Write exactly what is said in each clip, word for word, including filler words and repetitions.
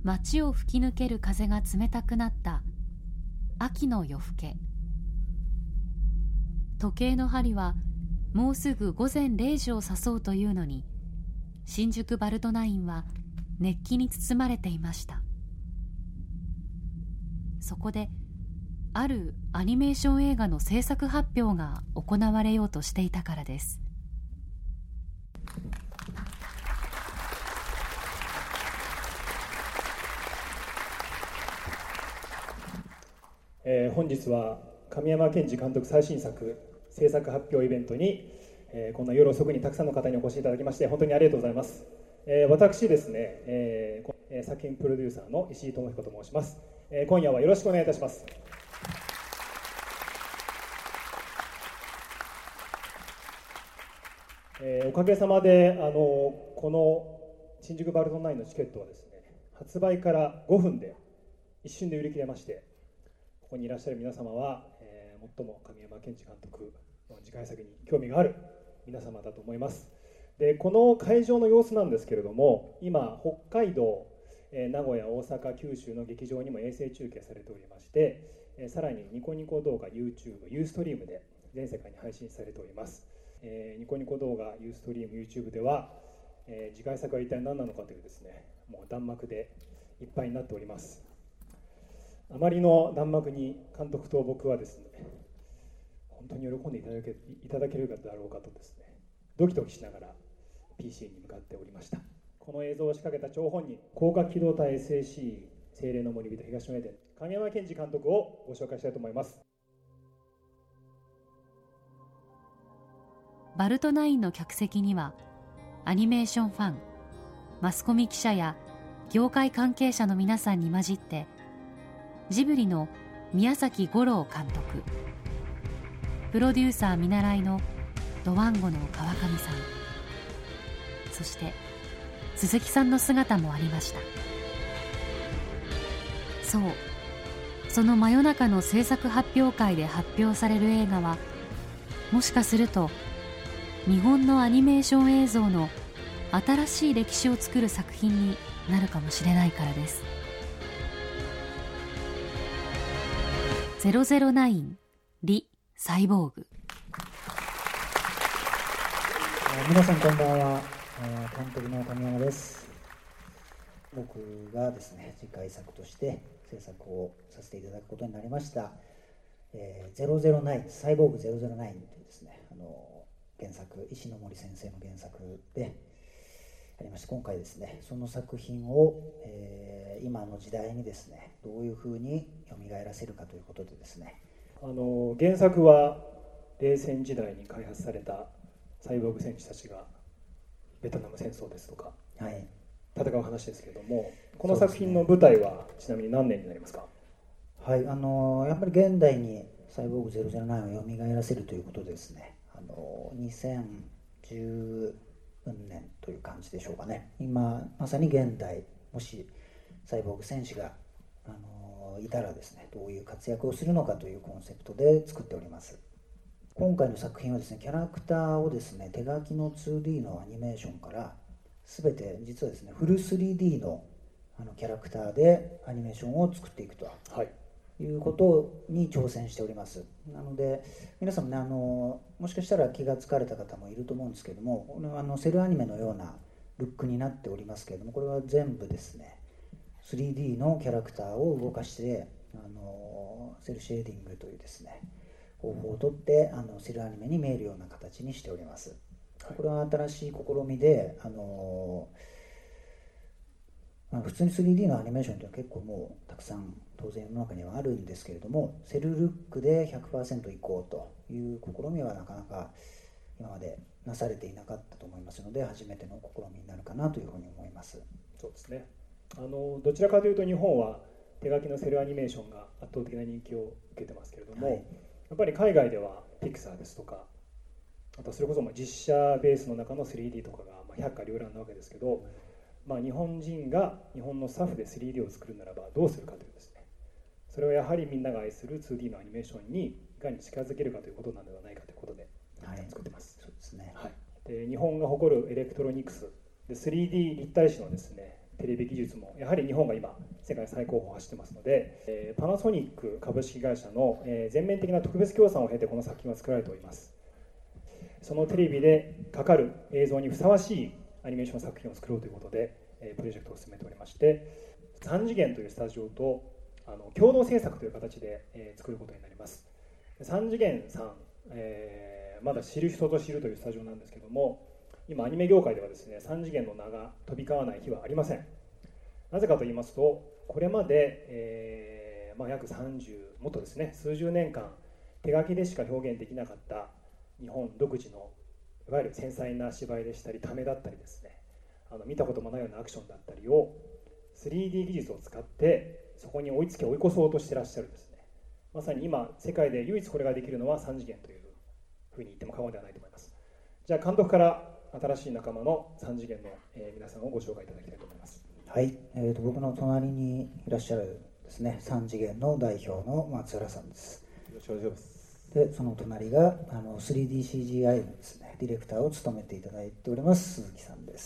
街を吹き抜ける風が冷たくなった秋の夜更け。時計の針はもうすぐ午前れいじを指そうというのに、新宿バルトナインは熱気に包まれていました。そこであるアニメーション映画の制作発表が行われようとしていたからです。 えー、本日は神山健二監督最新作制作発表イベントに、えー、こんな夜遅くにたくさんの方にお越しいただきまして本当にありがとうございます。えー、私ですね、えー、作品プロデューサーの石井智彦と申します。えー、今夜はよろしくお願いいたします。えー、おかげさまであのこの新宿バルトナインのチケットはですね、発売からごふんで一瞬で売り切れまして、ここにいらっしゃる皆様は、えー、最も神山健二監督の次回作に興味がある皆様だと思います。で、この会場の様子なんですけれども、今北海道、えー、名古屋、大阪、九州の劇場にも衛星中継されておりまして、えー、さらにニコニコ動画、YouTube、ユーストリームで全世界に配信されております。えー、ニコニコ動画、ユーストリーム、YouTube では、えー、次回作は一体何なのかというですね、もう弾幕でいっぱいになっております。あまりの弾幕に監督と僕はですね、本当に喜んでいただけ、いただけるだろうかとですね、ドキドキしながら ピーシー に向かっておりました。この映像を仕掛けた張本人、広角機動隊 エスエーシー 精霊の森人東野栄店神山健二監督をご紹介したいと思います。 バルトナインの客席にはアニメーションファン、マスコミ記者や業界関係者の皆さんに混じって、ジブリの宮崎吾朗監督、プロデューサー見習いのドワンゴの川上さん、そして鈴木さんの姿もありました。そう、その真夜中の制作発表会で発表される映画は、もしかすると日本のアニメーション映像の新しい歴史を作る作品になるかもしれないからです。ゼロゼロナインリ・サイボーグ。 皆さんこんばんは。監督の神山です。僕がですね、次回作として制作をさせていただくことになりました、えー、ゼロゼロナインサイボーグゼロゼロナインというですね、あの原作、石ノ森先生の原作でありまして、今回ですね、その作品を、えー、今の時代にですね、どういうふうに蘇らせるかということでですね、 あの原作は冷戦時代に開発されたサイボーグ戦士たちがベトナム戦争ですとか、はい、戦う話ですけれども、この作品の舞台はちなみに何年になりますか？ はい、あのやっぱり現代にサイボーグゼロゼロナインを蘇らせるということでですね、あのにせんじゅうねんという感じでしょうかね。今まさに現代、もしサイボーグ戦士があのいたらですね、どういう活躍をするのかというコンセプトで作っております。今回の作品はですね、キャラクターをですね、手書きの ツーディー のアニメーションから全て実はですね、フル スリーディー の, あのキャラクターでアニメーションを作っていくと、はい、いうことに挑戦しております。なので皆さんもね、あのもしかしたら気がつかれた方もいると思うんですけれども、あのセルアニメのようなルックになっておりますけれども、これは全部ですね スリーディー のキャラクターを動かしてあのセルシェーディングというですね方法をとってあのセルアニメに見えるような形にしております。これは新しい試みで、あのまあ、普通に スリーディー のアニメーションというのは結構もうたくさん当然世の中にはあるんですけれども、セルルックで ひゃくパーセント 移行という試みはなかなか今までなされていなかったと思いますので、初めての試みになるかなというふうに思います。 そうですね、あのどちらかというと日本は手書きのセルアニメーションが圧倒的な人気を受けてますけれども、はい、やっぱり海外ではピクサーですとか、あとそれこそ実写ベースの中の スリーディー とかが百花繚乱なわけですけど、まあ、日本人が日本のスタッフで スリーディー を作るならばどうするかというですね、それをやはりみんなが愛する ツーディー のアニメーションにいかに近づけるかということなのではないかということで作ってます。 そうですね。 はい、で日本が誇るエレクトロニクスで スリーディー 立体視のですねテレビ技術もやはり日本が今世界最高峰を走ってますので、えー、パナソニック株式会社の、えー、全面的な特別協賛を経てこの作品は作られております。そのテレビでかかる映像にふさわしいアニメーション作品を作ろうということで、えー、プロジェクトを進めておりまして、さん次元というスタジオとあの共同制作という形で、えー、作ることになります。さん次元さん、えー、まだ知る人ぞ知るというスタジオなんですけども、今アニメ業界ではですねさん次元の名が飛び交わない日はありません。なぜかと言いますと、これまで、えーまあ、約さんじゅうもっとですね数十年間手書きでしか表現できなかった日本独自のいわゆる繊細な芝居でしたりためだったりですね、あの見たこともないようなアクションだったりを スリーディー 技術を使ってそこに追いつけ追い越そうとしてらっしゃるですね、まさに今世界で唯一これができるのはさん次元というふうに言っても過言ではないと思います。じゃあ監督から新しい仲間のさん次元の、えー、皆さんをご紹介いただきたいと思います。 はい、えー、と僕の隣にいらっしゃるですねさん次元の代表の松浦さんです。 よろしくお願いします。 でその隣があの スリーディーシージーアイ のですねディレクターを務めていただいております鈴木さんです。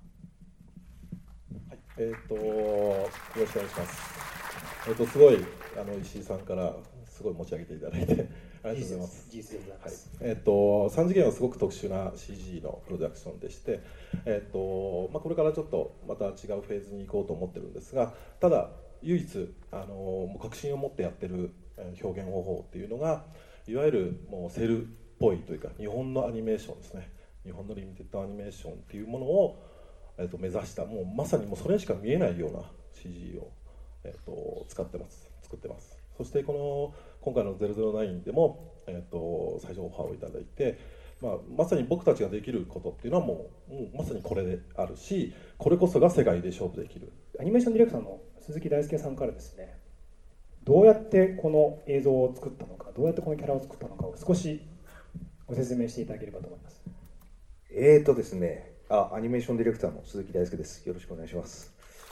はい、えっ、ー、とよろしくお願いします。えっ、ー、とすごいあの石井さんからすごい持ち上げていただいてありがとうございます。 事実でございます。 はい、えっ、ー、とさん次元はすごく特殊な シージー のプロダクションでして、えっ、ー、とまあこれからちょっとまた違うフェーズに行こうと思ってるんですが、ただ唯一あのもう確信を持ってやってる表現方法っていうのがいわゆるもうセルっぽいというか日本のアニメーションですね。日本のリミテッドアニメーションっていうものを、えー、と目指したもうまさにもうそれにしか見えないような シージー を、えー、と使ってます作ってます。そしてこの今回のゼロゼロナインでも、えー、と最初オファーをいただいて、まあ、まさに僕たちができることっていうのはもう、もうまさにこれであるし、これこそが世界で勝負できる。 アニメーションディレクターの鈴木大輔さんからですね、どうやってこの映像を作ったのか、どうやってこのキャラを作ったのかを少しご説明していただければと思います。 えーとですね、あ、アニメーションディレクターの鈴木大輔です。よろしくお願いします。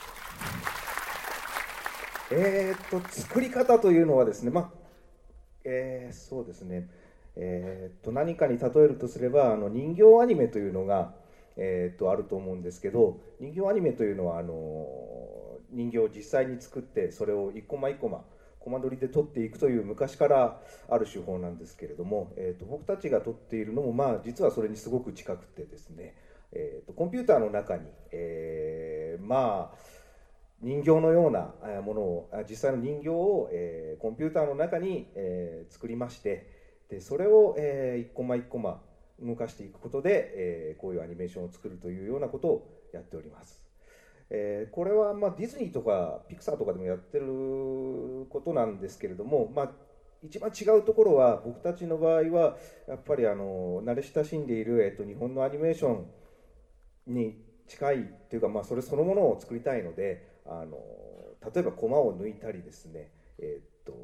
えーと作り方というのはですね、まあえー、そうですね、えーと何かに例えるとすればあの人形アニメというのが、えーとあると思うんですけど、人形アニメというのはあの人形を実際に作ってそれを一コマ一コマコマ撮りで撮っていくという昔からある手法なんですけれども、えーと僕たちが撮っているのも、まあ、実はそれにすごく近くてですね、えーとコンピューターの中に、えー、まあ人形のようなものを実際の人形を、えー、コンピューターの中に、えー、作りまして、でそれを、えー、一コマ一コマ動かしていくことで、えー、こういうアニメーションを作るというようなことをやっております。えー、これは、まあ、ディズニーとかピクサーとかでもやってることなんですけれども、まあ、一番違うところは僕たちの場合はやっぱりあの慣れ親しんでいる、えー、と日本のアニメーションに近いというか、まあ、それそのものを作りたいので、あの例えばコマを抜いたりですね、えー、っと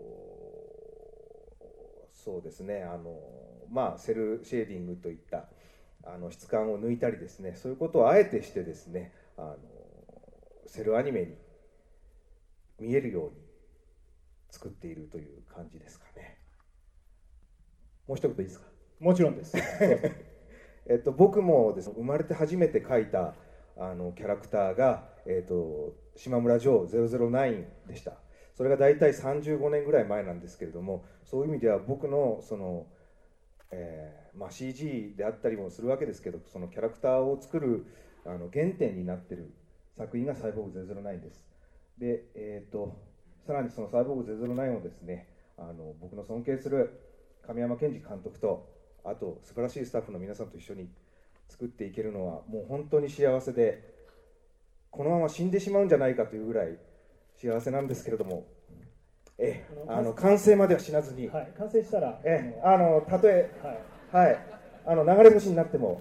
そうですねあの、まあ、セルシェーディングといったあの質感を抜いたりですね、そういうことをあえてしてですね、あのセルアニメに見えるように作っているという感じですかね。もう一言いいですか。 もちろんです。 えっと僕もですね、生まれて初めて描いたあのキャラクターが、えー、と島村ジョーゼロゼロナインでした。それが大体さんじゅうごねんぐらい前なんですけれども、そういう意味では僕のその、えーまあ、シージー であったりもするわけですけど、そのキャラクターを作るあの原点になっている作品がサイボーグゼロゼロナインです。で、えー、とさらにそのサイボーグゼロゼロナインをですね、あの僕の尊敬する亀山健二監督と、あと素晴らしいスタッフの皆さんと一緒に作っていけるのはもう本当に幸せで、このまま死んでしまうんじゃないかというぐらい幸せなんですけれども、えあの完成までは死なずに、 はい、完成したらえあのたとえ、 はいはい、あの流れ星になっても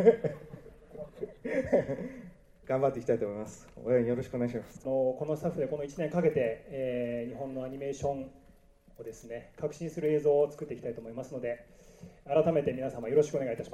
頑張っていきたいと思います。応援よろしくお願いします。 このスタッフでこのいちねんかけて、えー、日本のアニメーションをですね革新する映像を作っていきたいと思いますので、改めて皆様よろしくお願いいたします。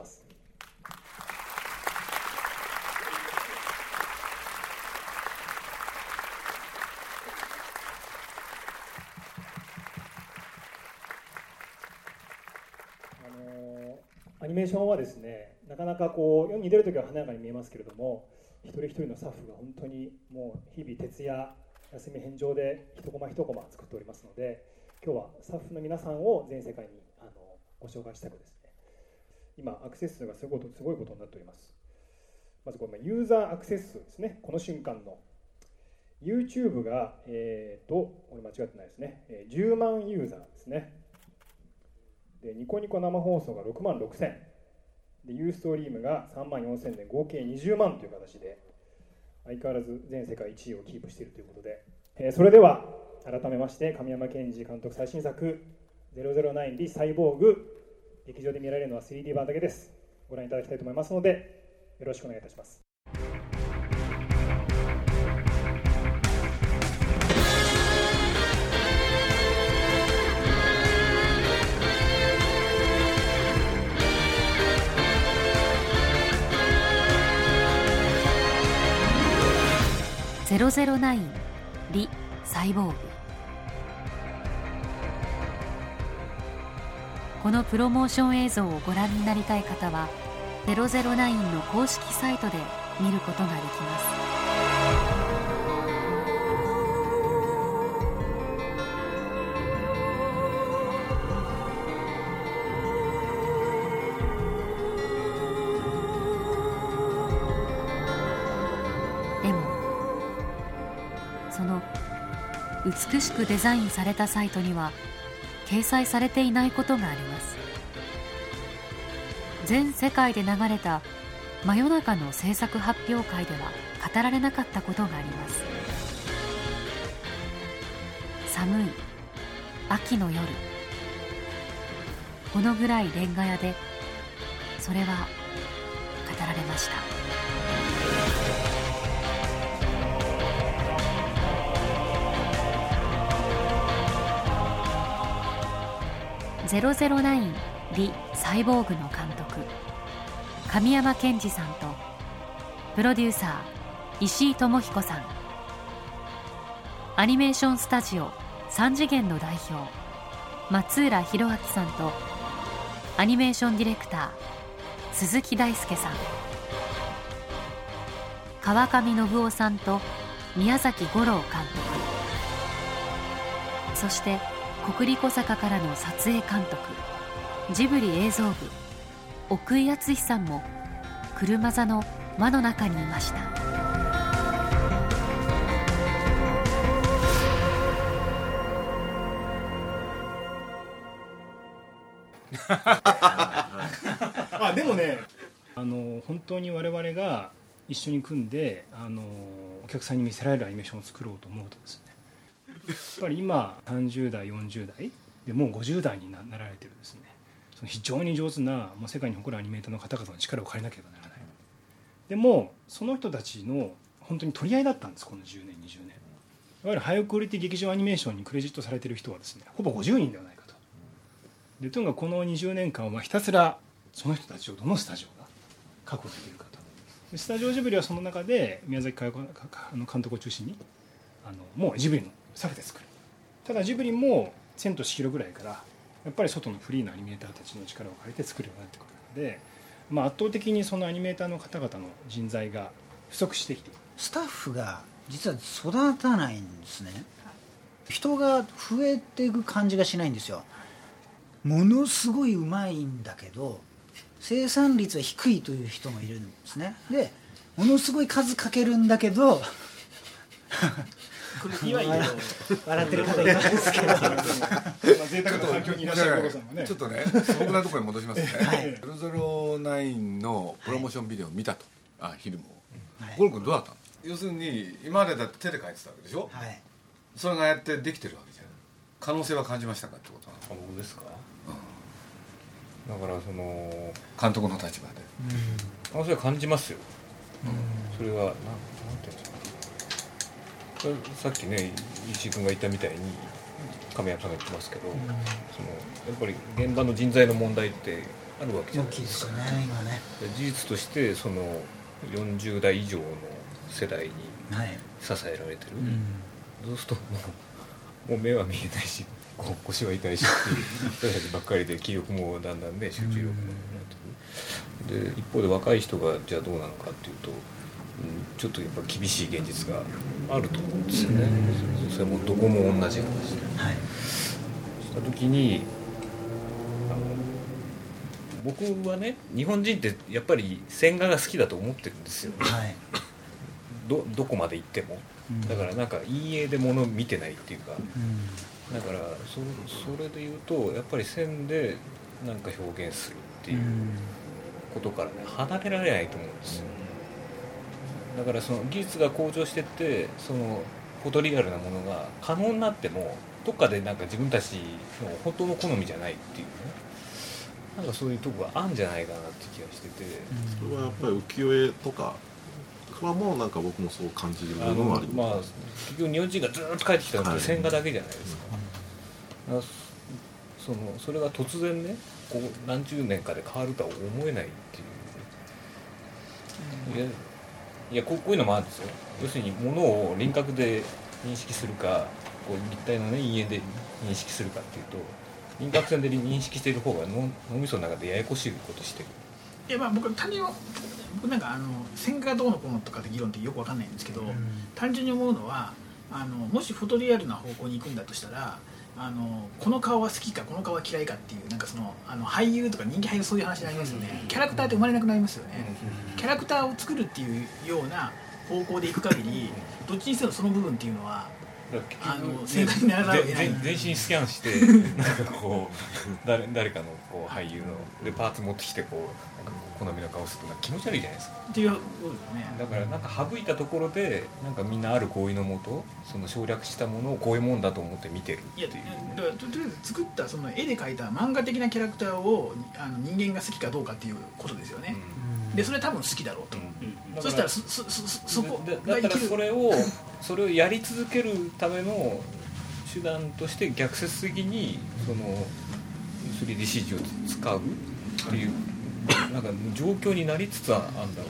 あのー、アニメーションはですね、なかなかこう世に出るときは華やかに見えますけれども、 一人一人のスタッフが本当にもう日々徹夜休み返上で一コマ一コマ作っておりますので、今日はスタッフの皆さんを全世界にあのご紹介したくですね、今アクセス数がすごいこと、すごいことになっております。まずこれユーザーアクセス数ですね。この瞬間の YouTube が、えー、とこれ間違ってないですね、じゅうまんユーザーですね。でニコニコ生放送がろくまんろくせんで、ユーストリームがさんまんよんせんで合計にじゅうまんという形で相変わらず全世界いちいをキープしているということで、えー、それでは改めまして神山健二監督最新作ゼロゼロナインリサイボーグ、劇場で見られるのは スリーディー 版だけです。ご覧いただきたいと思いますのでよろしくお願いいたします。 ゼロゼロナインリサイボーグ。このプロモーション映像をご覧になりたい方はゼロゼロナインの公式サイトで見ることができます。でもその美しくデザインされたサイトには掲載されていないことがあります。全世界で流れた真夜中の制作発表会では語られなかったことがあります。寒い秋の夜、このぐらいレンガ屋でそれは語られました。ゼロゼロナインリサイボーグの監督神山健二さんとプロデューサー石井智彦さん、アニメーションスタジオ三次元の代表松浦弘明さんとアニメーションディレクター鈴木大輔さん、川上信夫さんと宮崎吾朗監督、そして国立小坂からの撮影監督ジブリ映像部奥井敦さんも車座の輪の中にいました。 あでもね、あの本当に我々が一緒に組んであのお客さんに見せられるアニメーションを作ろうと思うとですね、やっぱり今さんじゅう代よんじゅう代でもうごじゅう代に な, なられてるですね、その非常に上手なもう世界に誇るアニメーターの方々の力を借りなければならない。でもその人たちの本当に取り合いだったんです、このじゅうねんにじゅうねん。いわゆるハイクオリティ劇場アニメーションにクレジットされている人はですねほぼごじゅうにんではないかと。でとにかくこのにじゅうねんかんはひたすらその人たちをどのスタジオが確保できるかと。でスタジオジブリはその中で宮崎監督を中心にあのもうジブリのスタッフで作る。ただジブリも千と千尋ぐらいからやっぱり外のフリーのアニメーターたちの力を借りて作るようになってくるので、まあ、圧倒的にそのアニメーターの方々の人材が不足してきている。 スタッフが実は育たないんですね。人が増えていく感じがしないんですよ。ものすごいうまいんだけど生産率は低いという人もいるんですね。でものすごい数かけるんだけどこれいわゆる笑ってる方いますけど贅沢な環境にいらっしゃるお子さんもねちょっとね素朴なところに戻しますね、はい、ゼロゼロナインのプロモーションビデオを見たと、はい、あフィルムを、はい、ゴル君どうだったの？要するに今までだって手で描いてたわけでしょ、はい、それがやってできてるわけじゃん。可能性は感じましたかってことなの？ 可能ですか、うん、だからその監督の立場で、 うん、可能性は感じますよ、うん、それはなんなんていうんですか、さっきね石井君が言ったみたいに亀山さんが言ってますけど、うん、そのやっぱり現場の人材の問題ってあるわけじゃないですか。 大きいですよね今ね。 事実としてそのよんじゅう代以上の世代に支えられてる、はいうん、そうするともう、もう目は見えないし腰は痛いしっていう人たちばっかりで気力もだんだんね集中力もなってくる、うん、で一方で若い人がじゃあどうなのかっていうとちょっとやっぱ厳しい現実があると思うんですよね、うん、それもどこも同じなんですね、はい、した時にあの僕はね日本人ってやっぱり線画が好きだと思ってるんですよ、はい、ど, どこまで行っても、うん、だからなんか陰影で物を見てないっていうか、うん、だから そ, それで言うとやっぱり線でなんか表現するっていうことからね離れられないと思うんですよ。だからその技術が向上してってそのフォトリアルなものが可能になってもどっかでなんか自分たちの本当の好みじゃないっていうね、なんかそういうとこがあるんじゃないかなって気がしてて、 それはやっぱり浮世絵とかはもうなんか僕もそう感じる部分はあります。 まあ結局日本人がずっと帰ってきたのって線画だけじゃないですか、はい、そのそれが突然ねこう何十年かで変わるとは思えないっていう、うん、いやいやこう、こういうのもあるんですよ。要するに物を輪郭で認識するかこう立体の、ね、陰影で認識するかっていうと輪郭線で認識している方が脳みその中でややこしいことしてる。 いやまあ僕単純に僕なんかあの線画がどうのこうのとかって議論ってよくわかんないんですけど、うん、単純に思うのはあのもしフォトリアルな方向に行くんだとしたらあのこの顔は好きかこの顔は嫌いかっていうなんかそのあの俳優とか人気俳優そういう話になりますよね。キャラクターって生まれなくなりますよね。キャラクターを作るっていうような方向でいく限りどっちにせよその部分っていうのはあの正確にならないわけない。 全身スキャンしてなんかこう 誰, 誰かのこう俳優のでパーツ持ってきてこうなんか好みの顔すると気持ち悪いじゃないですか。 っていうことですね。 だからなんか省いたところでなんかみんなある合意のもとその省略したものをこういうもんだと思って見てるっていう。いやだからとりあえず作ったその絵で描いた漫画的なキャラクターをあの人間が好きかどうかっていうことですよね。うん、でそれ多分好きだろうと。うん、そしたら そ, そ, そ, そこがだからそれをそれをやり続けるための手段として逆説的にその スリーディーシージー を使うっていうなんか状況になりつつあるんだろうなっていう、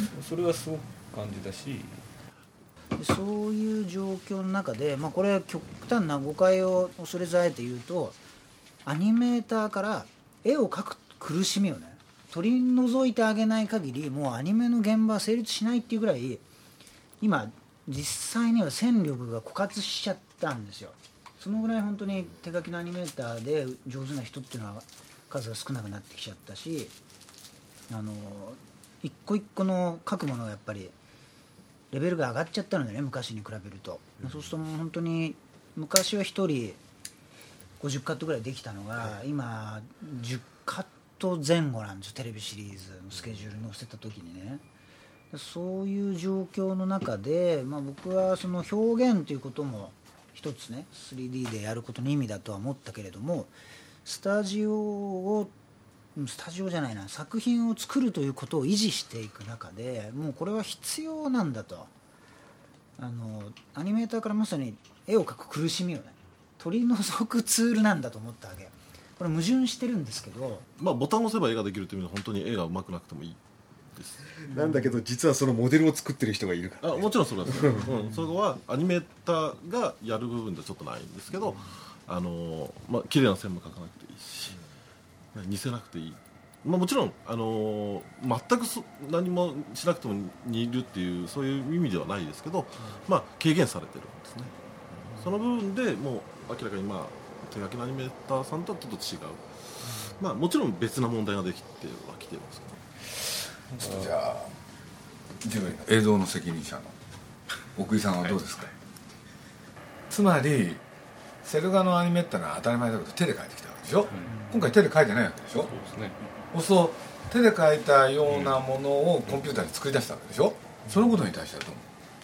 それはすごく感じたし、 そういう状況の中で、まあ、これは極端な誤解を恐れずあえて言うとアニメーターから絵を描く苦しみをね取り除いてあげない限りもうアニメの現場は成立しないっていうぐらい今実際には戦力が枯渇しちゃったんですよ。そのぐらい本当に手書きのアニメーターで上手な人っていうのは数が少なくなってきちゃったし、あの一個一個の書くものがやっぱりレベルが上がっちゃったのでね昔に比べると、うん、そうするともう本当に昔はひとりごじゅっカットぐらいできたのが、はい、今じゅっカット前後なんですよ。テレビシリーズのスケジュール載せた時にね。そういう状況の中で、まあ、僕はその表現ということも一つね スリーディー でやることの意味だとは思ったけれどもスタジオをスタジオじゃないな作品を作るということを維持していく中でもうこれは必要なんだと、あのアニメーターからまさに絵を描く苦しみをね取り除くツールなんだと思ったわけ。これ矛盾してるんですけど、 まあ、ボタンを押せば絵ができるというのは本当に絵が上手くなくてもいいなんだけど実はそのモデルを作ってる人がいるから、 ね、あもちろんそれはです、ねうん、それはアニメーターがやる部分ではちょっとないんですけど、あのまあ綺麗な線も描かなくていいし似せなくていい、まあ、もちろん、あの全くそ何もしなくても似るっていうそういう意味ではないですけど、まあ、軽減されてるんですね。その部分でもう明らかに、まあ、手書きのアニメーターさんとはちょっと違う、まあ、もちろん別な問題ができてはきてるんですけど、 じゃあ映像の責任者の奥井さんはどうですか、はい、つまりセル画のアニメってのは当たり前だけど手で描いてきたわけでしょ、うん、今回手で描いてないわけでしょ。そうですね。そうすると手で描いたようなものをコンピューターで作り出したわけでしょ、うん、そのことに対してはどう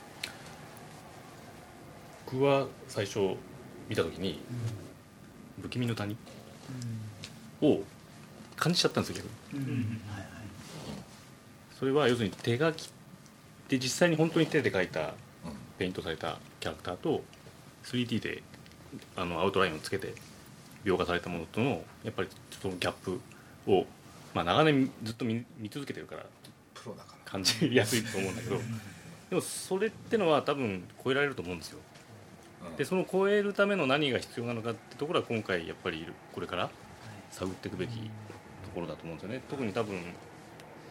僕は最初見た時に、うん、不気味の谷、うん、を感じちゃったんですよ逆に、うん、それは要するに手書きで実際に本当に手で描いたペイントされたキャラクターと スリーディー であのアウトラインをつけて描画されたものとのやっぱりそのギャップを、まあ、長年ずっと 見, 見続けてるからプロだから感じやすいと思うんだけどでもそれってのは多分超えられると思うんですよ。でその超えるための何が必要なのかってところは今回やっぱりこれから探っていくべきところだと思うんですよね。特に多分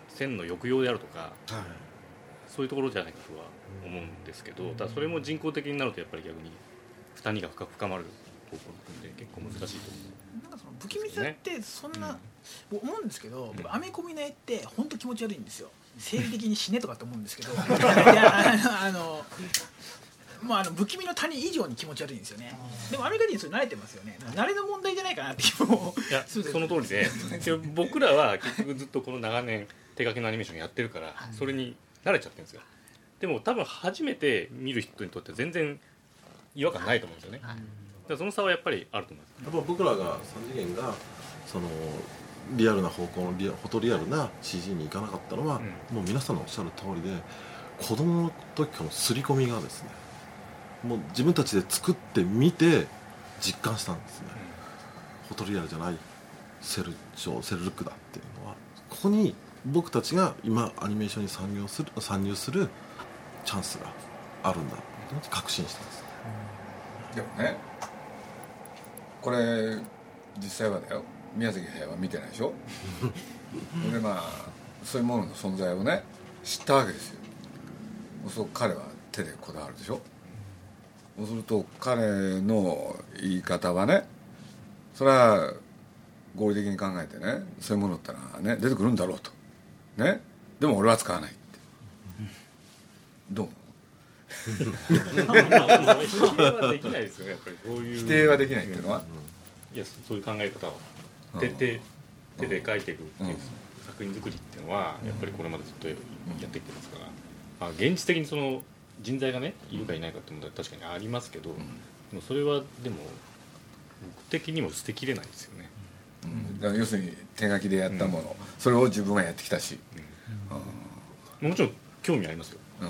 線の抑揚であるとか、はい、そういうところじゃないかとは思うんですけど、ただそれも人工的になるとやっぱり逆に負担が深く深まる方向に行くんで結構難しいと思う。 なんかその不気味さってそんな、うん、思うんですけど、僕アメコミの絵って本当気持ち悪いんですよ。生理的に死ねとかって思うんですけどいやあのもうあの不気味の谷以上に気持ち悪いんですよね。でもアメリカ人それ慣れてますよね。慣れの問題じゃないかなって気も。 いやその通りで僕らは結局ずっとこの長年手書きのアニメーションやってるからそれに慣れちゃってるんですよ。でも多分初めて見る人にとって全然違和感ないと思うんですよね。だからその差はやっぱりあると思います。 やっぱ僕らがさん次元がそのリアルな方向のリアフォトリアルな シージー に行かなかったのは、うん、もう皆さんのおっしゃる通りで子供の時からの刷り込みがですねもう自分たちで作ってみて実感したんですね、うん、フォトリアルじゃないセル上セルルックだっていうのはここに僕たちが今アニメーションに参入する参入するチャンスがあるんだと確信してます、 うん、でもねこれ実際はだよ宮崎駿は見てないでしょでまあそういうものの存在をね知ったわけですよ。そう彼は手でこだわるでしょ。そうすると彼の言い方はねそれは合理的に考えてねそういうものってのはね出てくるんだろうとね。でも俺は使わないってどう否定はできないですよね。やっぱりこういう否定はできないっていうのは、 いやそういう考え方は徹底手で描いていくっていう作品作りっていうのはやっぱりこれまでずっとやってきてますから、まあ、現実的にその人材がねいるかいないかっていう問題は確かにありますけど、でもそれはでも僕的にも捨てきれないですよね、 うん、だから要するに手書きでやったもの、うん、それを自分がやってきたし、 うんうん、もちろん興味ありますよ、 うん、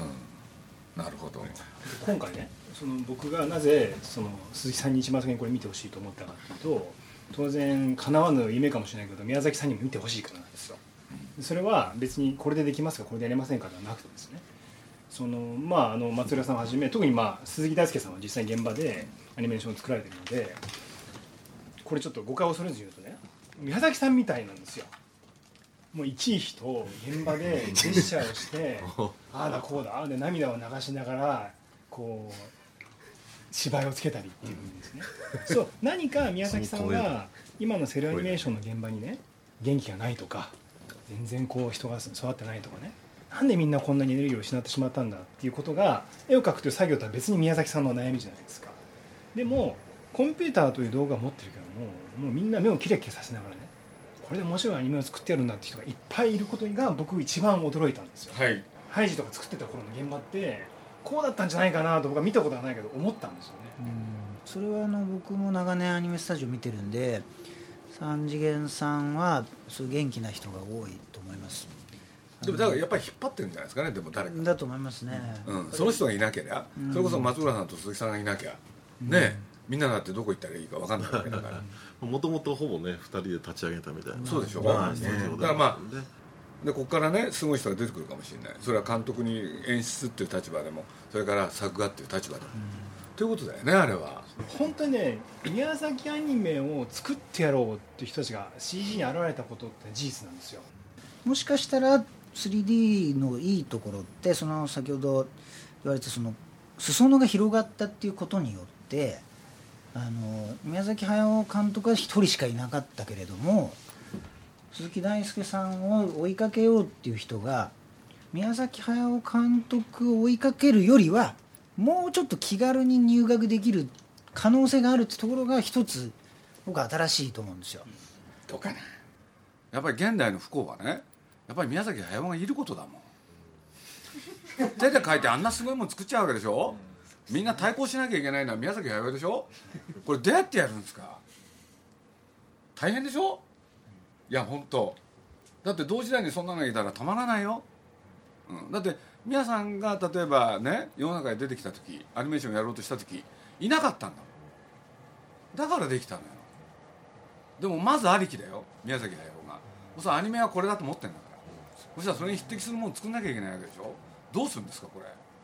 なるほど。 今回ねその僕がなぜその鈴木さんに一番先にこれ見てほしいと思ったかというと、当然叶わぬ夢かもしれないけど宮崎さんにも見てほしいからなんですよ。それは別にこれでできますかこれでやれませんかではなくてですね、そのまああの松浦さんをはじめ特にまあ鈴木大輔さんは実際に現場でアニメーションを作られているので、これちょっと誤解を恐れず言うとね宮崎さんみたいなんですよ。もういちいひと現場でジェスチャーをしてああだこうだで涙を流しながらこう芝居をつけたりっていうんですね、うん、そう何か宮崎さんが今のセルアニメーションの現場にね元気がないとか全然こう人が育ってないとかね、なんでみんなこんなにエネルギーを失ってしまったんだっていうことが絵を描くという作業とは別に宮崎さんの悩みじゃないですか。でもコンピューターという動画を持ってるけどももうみんな目をキラキラさせながらねこれで面白いアニメを作ってやるんだって人がいっぱいいることが僕一番驚いたんですよ、はい、ハイジとか作ってた頃の現場ってこうだったんじゃないかなと僕は見たことはないけど思ったんですよね。 うんそれはあの僕も長年アニメスタジオ見てるんで三次元さんはそういう元気な人が多いと思います。 でもだからやっぱり引っ張ってるんじゃないですかね。でも誰かだと思いますね、 うん、その人がいなければ、うん、それこそ松浦さんと鈴木さんがいなきゃ、うん、ねみんなだってどこ行ったらいいか分かんないわけだからもともとほぼねふたりで立ち上げたみたいな、 そうでしょ、まあね、だからまあでここからねすごい人が出てくるかもしれない。それは監督に演出っていう立場でもそれから作画っていう立場でも、うん、ということだよね。あれは本当にね宮崎アニメを作ってやろうっていう人たちが シージー に現れたことって事実なんですよ。 もしかしたら スリーディー のいいところってその先ほど言われたその裾野が広がったっていうことによってあの宮崎駿監督は一人しかいなかったけれども鈴木大輔さんを追いかけようっていう人が宮崎駿監督を追いかけるよりはもうちょっと気軽に入学できる可能性があるってところが一つ僕は新しいと思うんですよ。 どうかな。やっぱり現代の不幸はねやっぱり宮崎駿がいることだもん手で描いてあんなすごいもん作っちゃうわけでしょ。みんな対抗しなきゃいけないのは宮崎駿でしょ。これどうやってやるんですか。大変でしょ。いや本当だって同時代にそんなのがいたらたまらないよ、うん、だって宮さんが例えばね世の中に出てきた時アニメーションやろうとした時いなかったんだだからできたのよ。でもまずありきだよ宮崎駿が。そアニメはこれだと思ってんだから。そしたらそれに匹敵するものを作んなきゃいけないわけでしょ。どうするんですかこれ。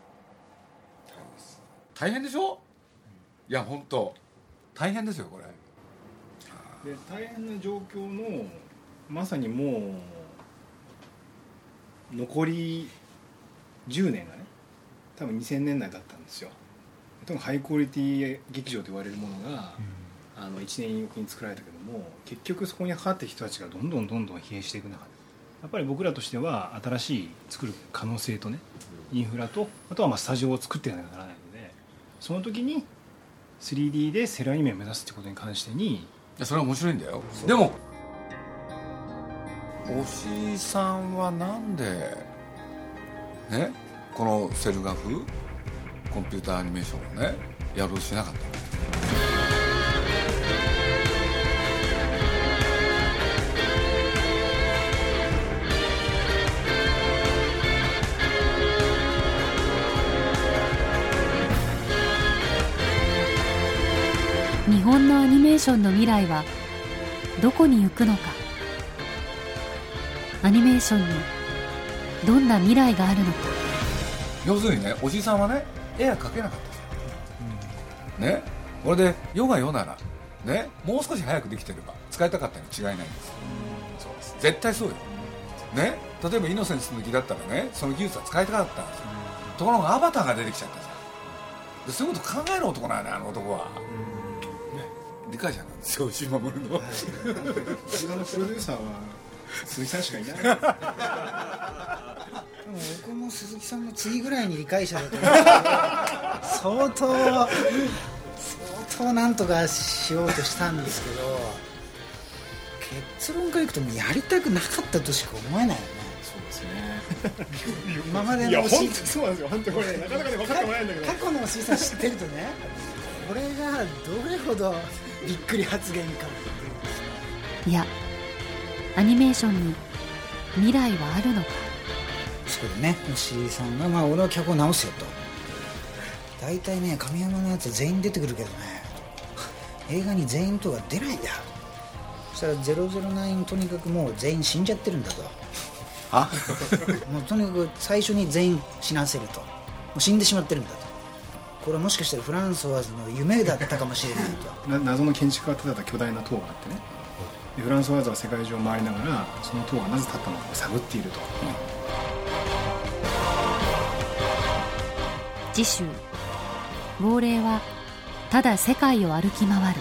大変でしょ。いや本当大変ですよこれ。 で大変な状況のまさにもう残りじゅうねんがね多分にせんねんだいだったんですよ。特にハイクオリティ劇場と言われるものが、うん、あのいちねんおきに作られたけども、結局そこに関わってきた人たちがどんどんどんどん疲弊していく中で、やっぱり僕らとしては新しい作る可能性とね、インフラとあとはまあスタジオを作っていかなきゃならないので、その時に スリーディー でセルアニメを目指すってことに関してに、いやそれは面白いんだよ。でも押井さんはなんでねこのセル画風コンピューターアニメーションをねやろうとしなかったの？ 日本のアニメーションの未来はどこに行くのか。アニメーションにどんな未来があるのか。 要するにね、おじいさんはね絵は描けなかった、うん、ね、これで世が世ならねもう少し早くできてれば使いたかったに違いないんです、うん、そうです、絶対そうよ、ね、例えばイノセンスの木だったらねその技術は使いたかったんですよ、うん、ところがアバターが出てきちゃったじゃん。でそういうこと考える男なんだよあの男は、うんね、理解者なんですよ石井守の、はい、 映画のプロデューサーは鈴木さんしかいないでも僕も鈴木さんの次ぐらいに理解者だと思う相当相当なんとかしようとしたんですけど、結論からいくともうやりたくなかったとしか思えないよね。 そうですね今までのいや本当そうなんですよ。本当これなかなかね分かってもらえないんだけど、 過去の押井さん知ってるとねこれがどれほどびっくり発言かいやアニメーションに未来はあるのか。 そこでね押井さんが、まあ、俺は脚本直すよと。大体ね神山のやつは全員出てくるけどね映画に全員とか出ないんだ。そしたらゼロゼロナインとにかくもう全員死んじゃってるんだと。 はもうとにかく最初に全員死なせると。もう死んでしまってるんだと。これはもしかしたらフランソワーズの夢だったかもしれないとな謎の建築が建てた巨大な塔があってね、でフランソワーズは世界中を回りながらその塔がなぜ建ったのかを探っていると、 うん、次週亡霊はただ世界を歩き回る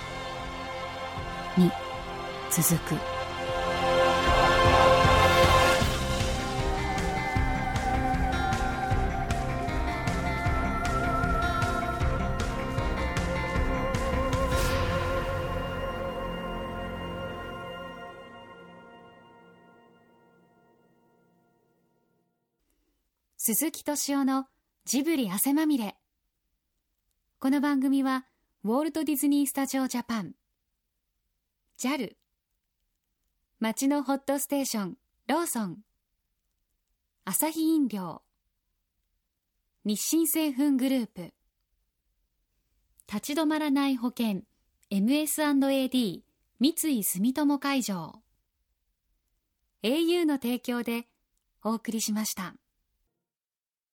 に続く。鈴木敏夫のジブリ汗まみれ。この番組はウォルト・ディズニー・スタジオ・ジャパン、 ジャル、 街のホットステーションローソン、アサヒ飲料、日清製粉グループ、立ち止まらない保険 エムエスアンドエーディー 三井住友海上、 エーユー の提供でお送りしました。